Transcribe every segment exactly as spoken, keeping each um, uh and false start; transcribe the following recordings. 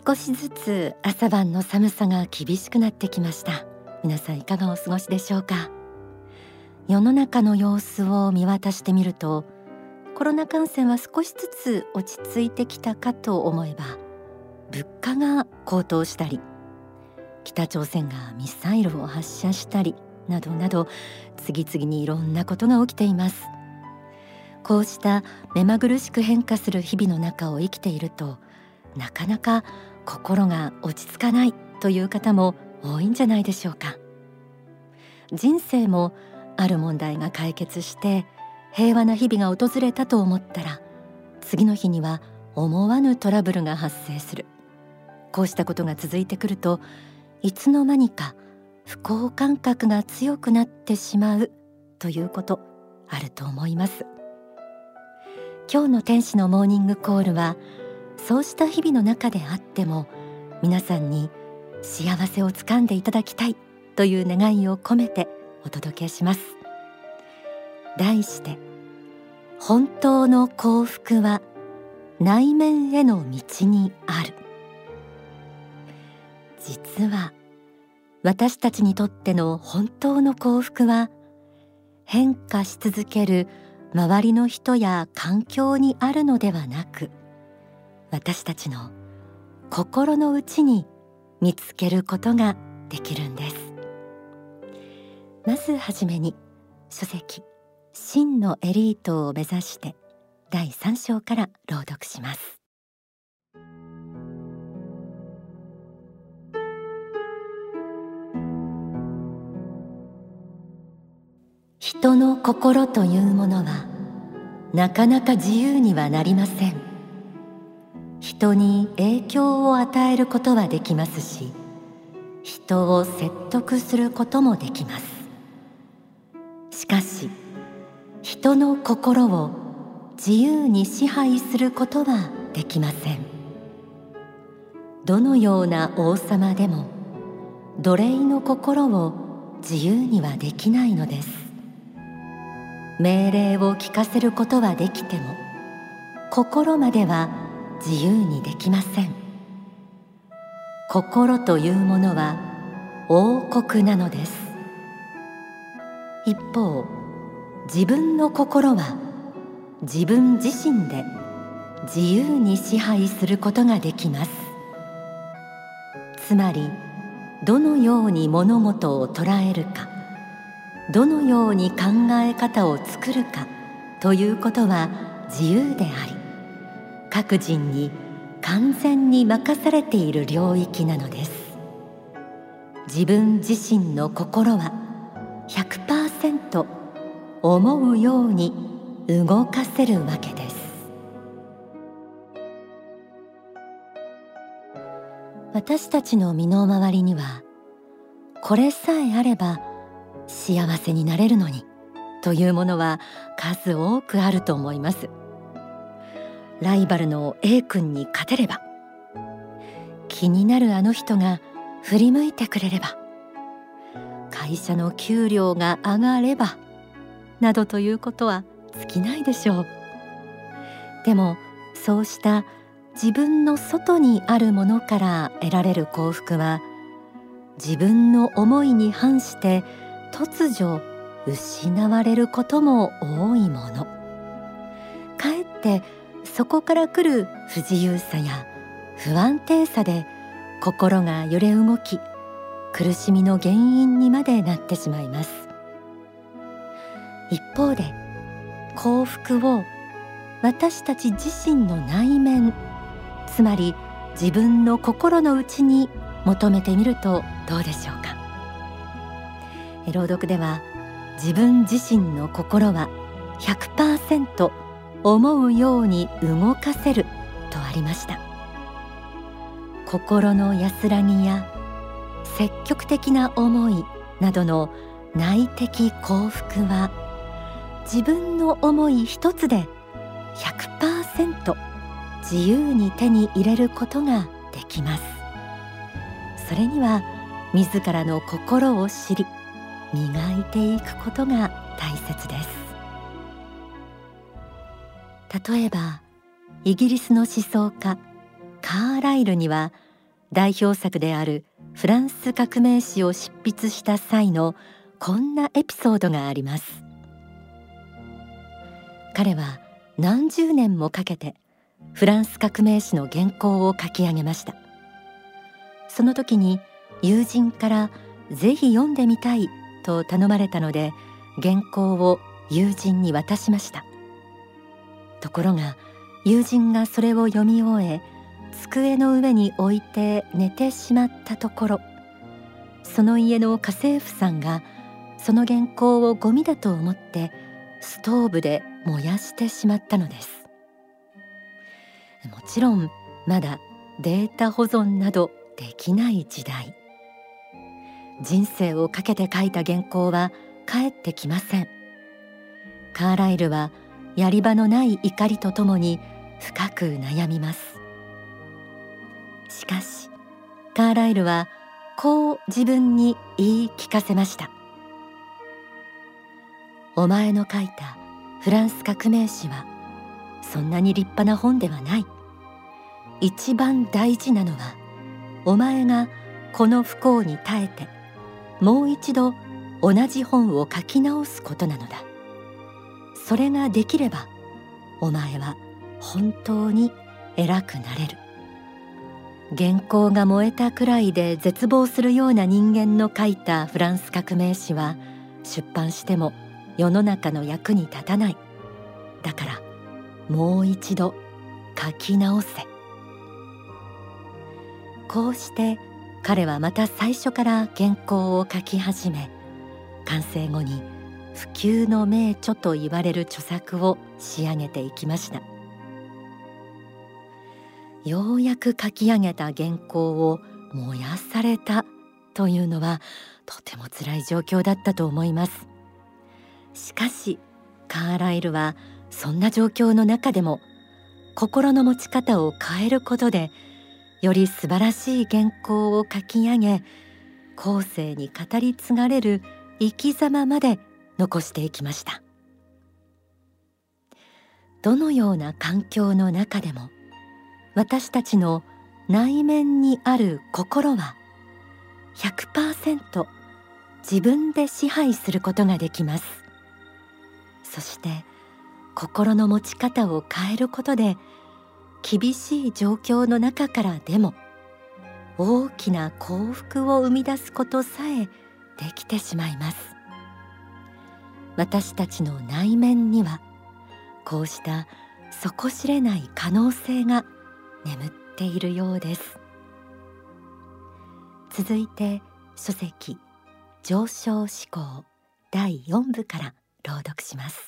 少しずつ朝晩の寒さが厳しくなってきました。皆さんいかがお過ごしでしょうか。世の中の様子を見渡してみると、コロナ感染は少しずつ落ち着いてきたかと思えば、物価が高騰したり、北朝鮮がミサイルを発射したりなどなど、次々にいろんなことが起きています。こうした目まぐるしく変化する日々の中を生きていると、なかなか心が落ち着かないという方も多いんじゃないでしょうか。人生もある問題が解決して平和な日々が訪れたと思ったら、次の日には思わぬトラブルが発生する。こうしたことが続いてくると、いつの間にか不幸感覚が強くなってしまうということあると思います。今日の天使のモーニングコールは、そうした日々の中であっても皆さんに幸せをつかんでいただきたいという願いを込めてお届けします。題して、本当の幸福は内面への道にある。実は私たちにとっての本当の幸福は、変化し続ける周りの人や環境にあるのではなく、私たちの心の内に見つけることができるんです。まずはじめに、書籍真のエリートを目指してだいさん章から朗読します。人の心というものはなかなか自由にはなりません。人に影響を与えることはできますし、人を説得することもできます。しかし、人の心を自由に支配することはできません。どのような王様でも奴隷の心を自由にはできないのです。命令を聞かせることはできても、心までは自由にできません。心というものは王国なのです。一方、自分の心は自分自身で自由に支配することができます。つまり、どのように物事を捉えるか、どのように考え方を作るかということは自由であり、各人に完全に任されている領域なのです。自分自身の心は ひゃくパーセント 思うように動かせるわけです。私たちの身の回りには、これさえあれば幸せになれるのにというものは数多くあると思います。ライバルの A 君に勝てれば、気になるあの人が振り向いてくれれば、会社の給料が上がればなどということは尽きないでしょう。でも、そうした自分の外にあるものから得られる幸福は、自分の思いに反して突如失われることも多いもの。かえってそこから来る不自由さや不安定さで心が揺れ動き、苦しみの原因にまでなってしまいます。一方で、幸福を私たち自身の内面、つまり自分の心の内に求めてみるとどうでしょうか。朗読では、自分自身の心は ひゃくパーセント 思うように動かせるとありました。心の安らぎや積極的な思いなどの内的幸福は、自分の思い一つで ひゃくパーセント 自由に手に入れることができます。それには自らの心を知り、磨いていくことが大切です。例えば、イギリスの思想家カーライルには代表作であるフランス革命史を執筆した際のこんなエピソードがあります。彼は何十年もかけてフランス革命史の原稿を書き上げました。その時に友人からぜひ読んでみたいと頼まれたので、原稿を友人に渡しました。ところが友人がそれを読み終え、机の上に置いて寝てしまったところ、その家の家政婦さんがその原稿をゴミだと思ってストーブで燃やしてしまったのです。もちろんまだデータ保存などできない時代、人生をかけて書いた原稿は返ってきません。カーライルはやり場のない怒りとともに深く悩みます。しかしカーライルはこう自分に言い聞かせました。お前の書いたフランス革命史はそんなに立派な本ではない。一番大事なのはお前がこの不幸に耐えてもう一度同じ本を書き直すことなのだ。それができればお前は本当に偉くなれる。原稿が燃えたくらいで絶望するような人間の書いたフランス革命史は出版しても世の中の役に立たない。だからもう一度書き直せ。こうして彼はまた最初から原稿を書き始め、完成後に不朽の名著と言われる著作を仕上げていきました。ようやく書き上げた原稿を燃やされたというのはとても辛い状況だったと思います。しかしカーライルはそんな状況の中でも心の持ち方を変えることでより素晴らしい原稿を書き上げ、後世に語り継がれる生き様まで残していきました。どのような環境の中でも私たちの内面にある心は ひゃくパーセント 自分で支配することができます。そして心の持ち方を変えることで厳しい状況の中からでも大きな幸福を生み出すことさえできてしまいます。私たちの内面にはこうした底知れない可能性が眠っているようです。続いて書籍上昇思考だいよん部から朗読します。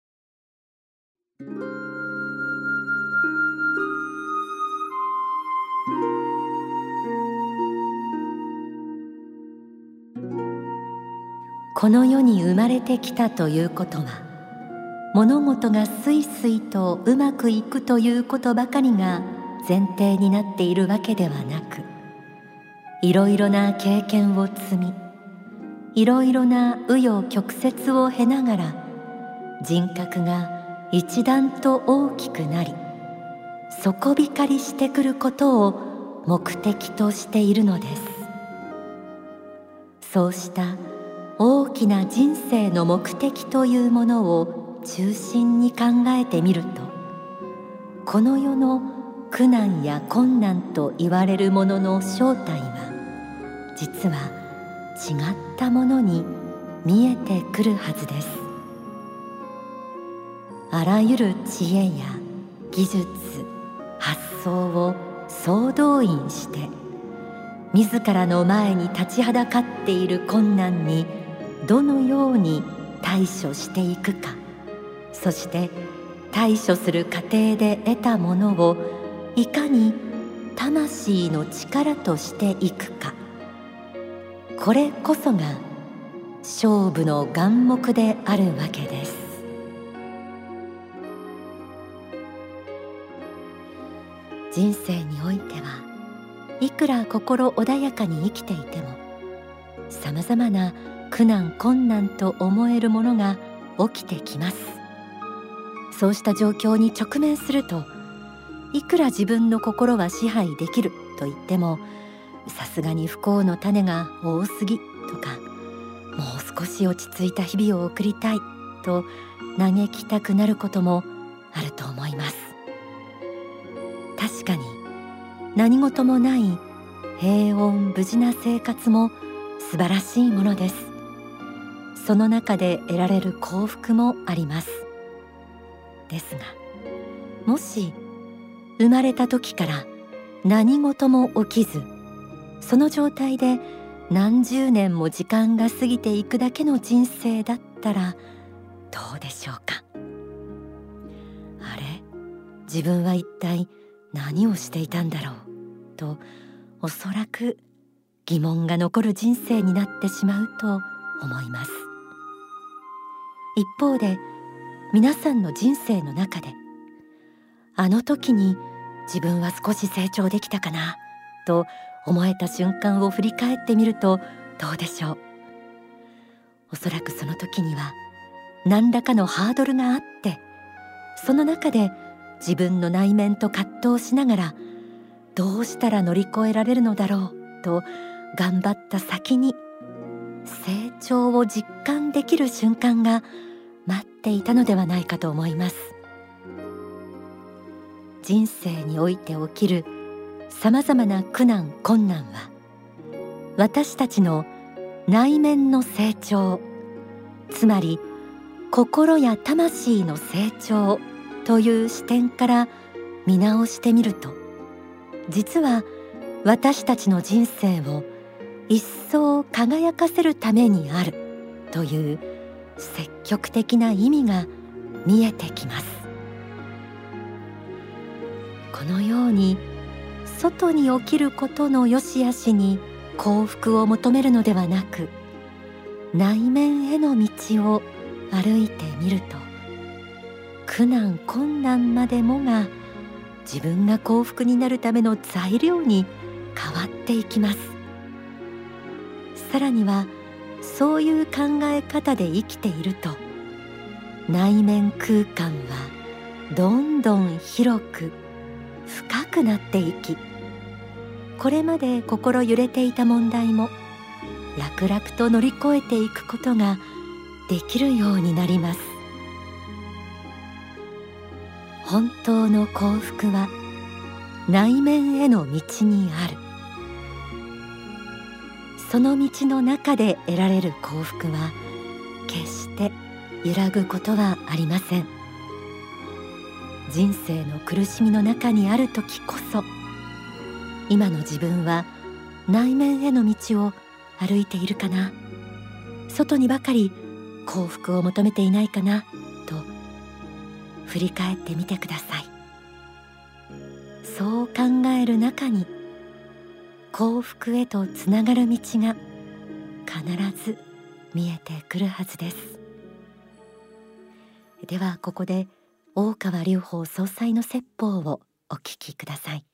この世に生まれてきたということは、物事がすいすいとうまくいくということばかりが前提になっているわけではなく、いろいろな経験を積み、いろいろな紆余曲折を経ながら人格が一段と大きくなり、底光りしてくることを目的としているのです。そうした大きな人生の目的というものを中心に考えてみると、この世の苦難や困難と言われるものの正体は実は違ったものに見えてくるはずです。あらゆる知恵や技術、発想を総動員して自らの前に立ちはだかっている困難にどのように対処していくか、そして対処する過程で得たものをいかに魂の力としていくか、これこそが勝負の眼目であるわけです。人生においてはいくら心穏やかに生きていても、さまざまな苦難困難と思えるものが起きてきます。そうした状況に直面すると、いくら自分の心は支配できると言ってもさすがに不幸の種が多すぎとか、もう少し落ち着いた日々を送りたいと嘆きたくなることもあると思います。確かに何事もない平穏無事な生活も素晴らしいものです。その中で得られる幸福もあります。ですが、もし生まれた時から何事も起きず、その状態で何十年も時間が過ぎていくだけの人生だったらどうでしょうか。あれ、自分は一体何をしていたんだろうと、おそらく疑問が残る人生になってしまうと思います。一方で、皆さんの人生の中であの時に自分は少し成長できたかなと思えた瞬間を振り返ってみるとどうでしょう。おそらくその時には何らかのハードルがあって、その中で自分の内面と葛藤しながら、どうしたら乗り越えられるのだろうと頑張った先に成長を実感できる瞬間が待っていたのではないかと思います。人生において起きるさまざまな苦難困難は、私たちの内面の成長、つまり心や魂の成長という視点から見直してみると、実は私たちの人生を一層輝かせるためにあるという積極的な意味が見えてきます。このように外に起きることの良し悪しに幸福を求めるのではなく、内面への道を歩いてみると、苦難困難までもが自分が幸福になるための材料に変わっていきます。さらにはそういう考え方で生きていると、内面空間はどんどん広く深くなっていき、これまで心揺れていた問題も楽々と乗り越えていくことができるようになります。本当の幸福は内面への道にある。その道の中で得られる幸福は決して揺らぐことはありません。人生の苦しみの中にある時こそ、今の自分は内面への道を歩いているかな、外にばかり幸福を求めていないかなと振り返ってみてください。そう考える中に幸福へとつながる道が必ず見えてくるはずです。ではここで大川隆法総裁の説法をお聞きください。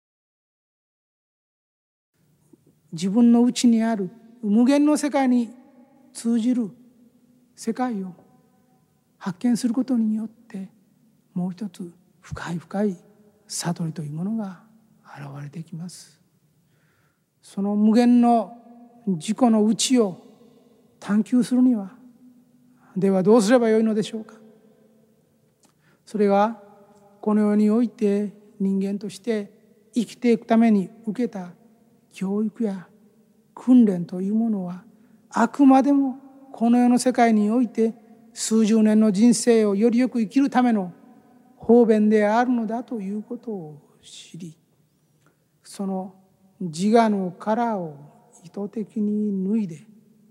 自分の内にある無限の世界に通じる世界を発見することによって、もう一つ深い深い悟りというものが現れてきます。その無限の自己の内を探求するには、ではどうすればよいのでしょうか。それはこの世において人間として生きていくために受けた教育や訓練というものは、あくまでもこの世の世界において数十年の人生をよりよく生きるための方便であるのだということを知り、その自我の殻を意図的に脱いで、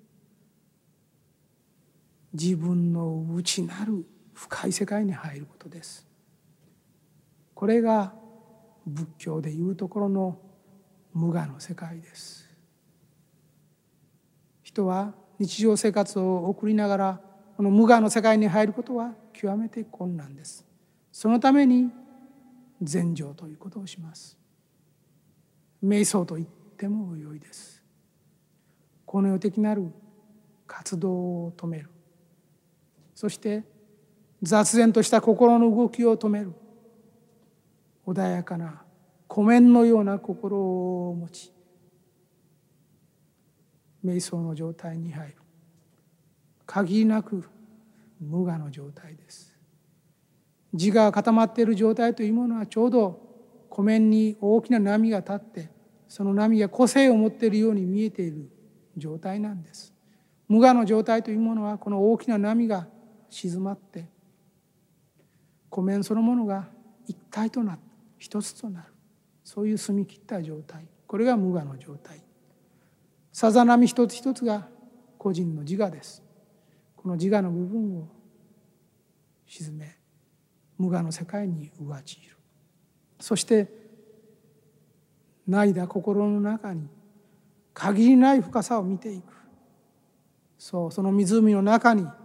自分の内なる深い世界に入ることです。これが仏教でいうところの無我の世界です。人は日常生活を送りながらこの無我の世界に入ることは極めて困難です。そのために禅定ということをします。瞑想と言ってもよいです。この世的なる活動を止める。そして雑然とした心の動きを止める。穏やかな湖面のような心を持ち、 瞑想の状態に入る。限りなく無我の状態です。自我が固まっている状態というものは、ちょうど湖面に大きな波が立って、その波が個性を持っているように見えている状態なんです。無我の状態というものは、この大きな波が静まって湖面そのものが一体となる、一つとなる、そういう澄み切った状態、これが無我の状態。さざ波一つ一つが個人の自我です。この自我の部分を沈め、無我の世界に上ちいる。そしてないだ心の中に限りない深さを見ていく。そう、その湖の中に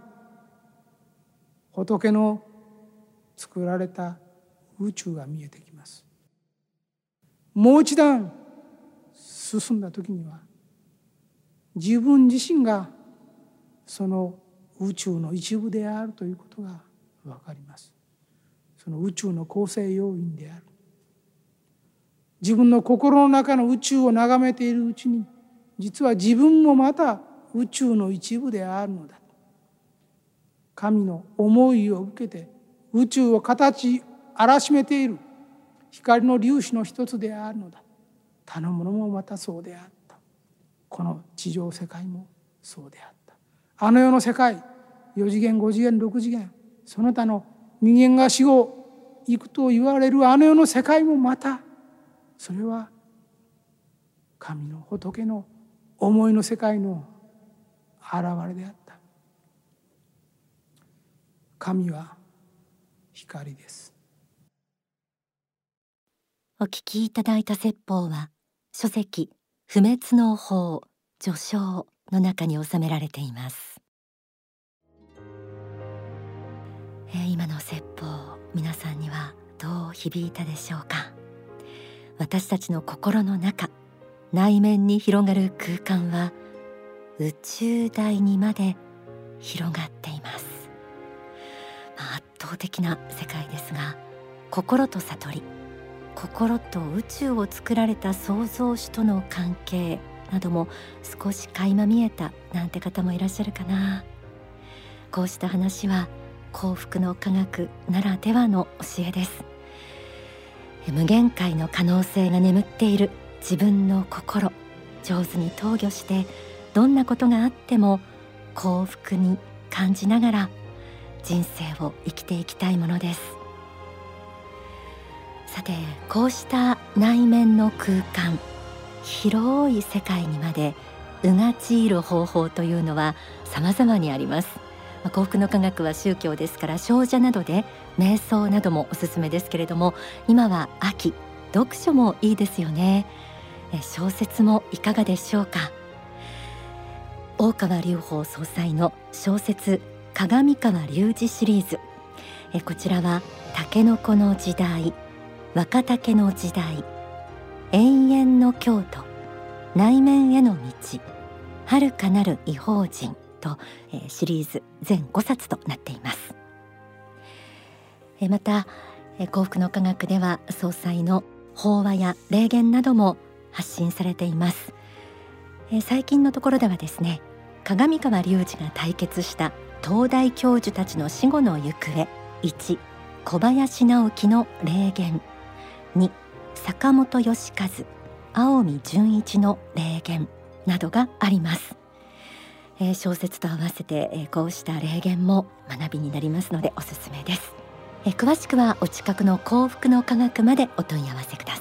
仏の作られた宇宙が見えてきます。もう一段進んだ時には、自分自身がその宇宙の一部であるということが分かります。その宇宙の構成要因である。自分の心の中の宇宙を眺めているうちに、実は自分もまた宇宙の一部であるのだ。神の思いを受けて宇宙を形あらしめている光の粒子の一つであるのだ。他のものもまたそうであった。この地上世界もそうであった。あの世の世界、よ次元、ご次元、ろく次元、その他の人間が死後行くと言われるあの世の世界もまた、それは神の仏の思いの世界の現れであった。神は光です。 お聞きいただいた説法は、書籍不滅の法序章の中に収められています。えー、今の説法、皆さんにはどう響いたでしょうか。私たちの心の中、内面に広がる空間は宇宙大にまで広がっています。まあ、圧倒的な世界ですが、心と悟り、心と宇宙を作られた創造主との関係なども少し垣間見えたなんて方もいらっしゃるかな。こうした話は幸福の科学ならではの教えです。無限界の可能性が眠っている自分の心、上手に投与して、どんなことがあっても幸福に感じながら人生を生きていきたいものです。さて、こうした内面の空間、広い世界にまでうがちいる方法というのは様々にあります。幸福の科学は宗教ですから、精舎などで瞑想などもおすすめですけれども、今は秋、読書もいいですよね。小説もいかがでしょうか。大川隆法総裁の小説鏡川隆二シリーズ、こちらはタケノコの時代、若竹の時代、永遠の京都、内面への道、遥かなる異邦人とシリーズ全ごさつとなっています。また幸福の科学では総裁の法話や霊言なども発信されています。最近のところではですね、鏡川隆二が対決した東大教授たちの死後の行方、いち小林直樹の霊言、に坂本義和、青見純一の霊言などがあります。えー、小説と合わせて、えー、こうした霊言も学びになりますのでおすすめです。えー、詳しくはお近くの幸福の科学までお問い合わせください。